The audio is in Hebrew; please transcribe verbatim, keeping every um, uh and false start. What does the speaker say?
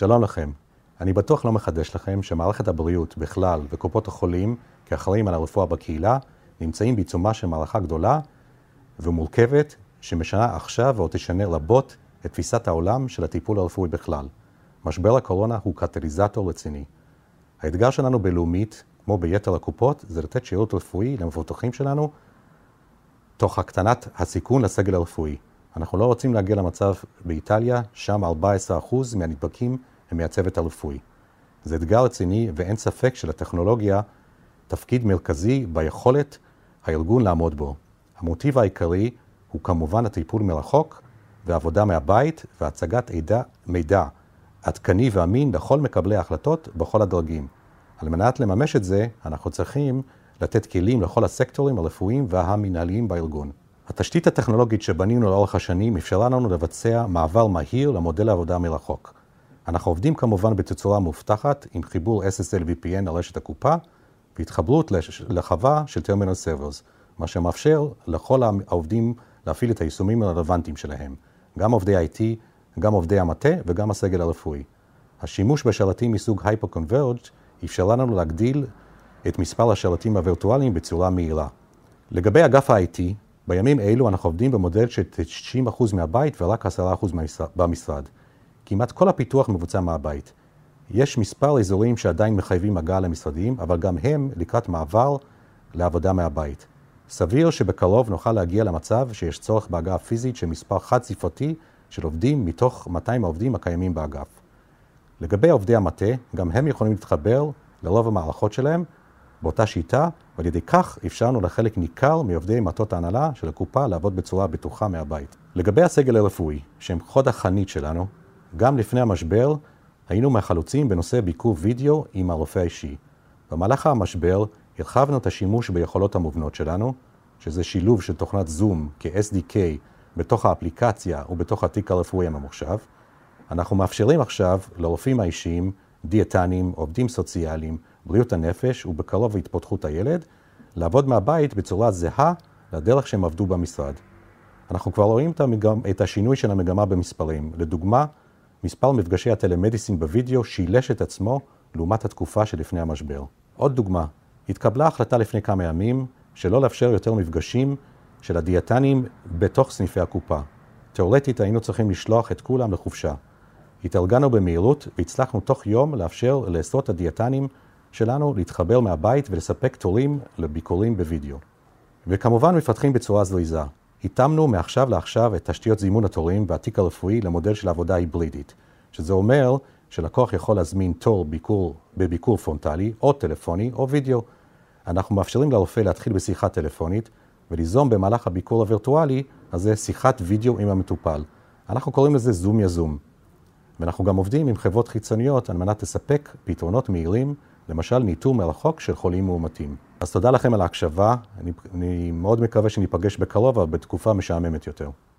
שלום לכם. אני בטוח לא מחדש לכם שמערכת הבריאות בכלל וקופות החולים כאחראים על הרפואה בקהילה נמצאים בעיצומה של מערכה גדולה ומורכבת שמשנה עכשיו ועוד תשנה רבות את תפיסת העולם של הטיפול הרפואי בכלל. משבר הקורונה הוא קטליזטור רציני. האתגר שלנו בלאומית, כמו ביתר הקופות, זה לתת שירות רפואי למבוטחים שלנו תוך הקטנת הסיכון לסגל הרפואי. אנחנו לא רוצים להגיע למצב באיטליה, שם ארבעה עשר אחוז מהנדבקים הם מהצוות הרפואי. זה אתגר רציני ואין ספק שלטכנולוגיה תפקיד מרכזי ביכולת הארגון לעמוד בו. המוטיב העיקרי הוא כמובן הטיפול מרחוק ועבודה מהבית והצגת מידע עדכני ואמין לכל מקבלי ההחלטות בכל הדרגים. על מנת לממש את זה, אנחנו צריכים לתת כלים לכל הסקטורים הרפואיים והמנהליים בארגון. התשתית הטכנולוגית שבנינו לאורך השנים אפשרה לנו לבצע מעבר מהיר למודל העבודה מרחוק. אנחנו עובדים כמובן בתצורה מובטחת עם חיבור אס אס אל וי פי אן על רשת הקופה והתחברות לחווה של טרמינל סרברס, מה שמאפשר לכל העובדים להפעיל את היישומים הרלוונטיים שלהם, גם עובדי איי טי, גם עובדי המטה וגם הסגל הרפואי. השימוש בשרתים מסוג Hyper-Converged אפשר לנו להגדיל את מספר השרתים הווירטואליים בצורה מהירה. לגבי אגף ה-איי טי, בימים אלו אנחנו עובדים במודל של תשעים אחוז מהבית ורק עשרה אחוז במשרד. כמעט כל הפיתוח מבוצע מהבית. יש מספר אזורים שעדיין מחייבים הגעה למשרדים, אבל גם הם לקראת מעבר לעבודה מהבית. סביר שבקרוב נוכל להגיע למצב שיש צורך בהגעה פיזית של מספר חד ספרתי של עובדים מתוך מאתיים העובדים הקיימים באגף. לגבי עובדי המטה, גם הם יכולים להתחבר לרוב המערכות שלהם באותה שיטה, ועל ידי כך אפשרנו לחלק ניכר מעובדי מטות ההנהלה של הקופה לעבוד בצורה בטוחה מהבית. לגבי הסגל הרפואי, שהם חוד החנית שלנו, גם לפני המשבר היינו מהחלוצים בנושא ביקור וידאו עם הרופא האישי. במהלך המשבר הרחבנו את השימוש ביכולות המובנות שלנו, שזה שילוב של תוכנת זום כ-אס די קיי בתוך האפליקציה ובתוך התיק הרפואי הממוחשב. אנחנו מאפשרים עכשיו לרופאים האישיים, דיאטנים, עובדים סוציאליים, בריאות הנפש ובקרוב התפתחות הילד, לעבוד מהבית בצורה זהה לדרך שהם עבדו במשרד. אנחנו כבר רואים את השינוי של המגמה במספרים. לדוגמה, מספר מפגשי הטלמדיסין בווידאו שילש את עצמו לעומת התקופה שלפני המשבר. עוד דוגמה, התקבלה החלטה לפני כמה ימים שלא לאפשר יותר מפגשים של הדיאטנים בתוך סניפי הקופה. תיאורטית היינו צריכים לשלוח את כולם לחופשה. התארגנו במהירות והצלחנו תוך יום לאפשר לעשרות הדיאטנים שלנו להתחבר מהבית ולספק תורים לביקורים בווידאו. וכמובן מפתחים בצורה זריזה. התאמנו מעכשיו לעכשיו את תשתיות זימון התורים והתיק הרפואי למודל של עבודה היברידית, שזה אומר שלקוח יכול להזמין תור ביקור, בביקור פרונטלי או טלפוני או וידאו. אנחנו מאפשרים לרופא להתחיל בשיחה טלפונית וליזום במהלך הביקור הווירטואלי הזה שיחת וידאו עם המטופל. אנחנו קוראים לזה זום יזום. ואנחנו גם עובדים עם חברות חיצוניות על מנת לספק פתרונות מהירים, למשל ניטור מרחוק של חולים מאומתים. אז תודה לכם על ההקשבה, אני, אני מאוד מקווה שניפגש בקרוב, אבל בתקופה משעממת יותר.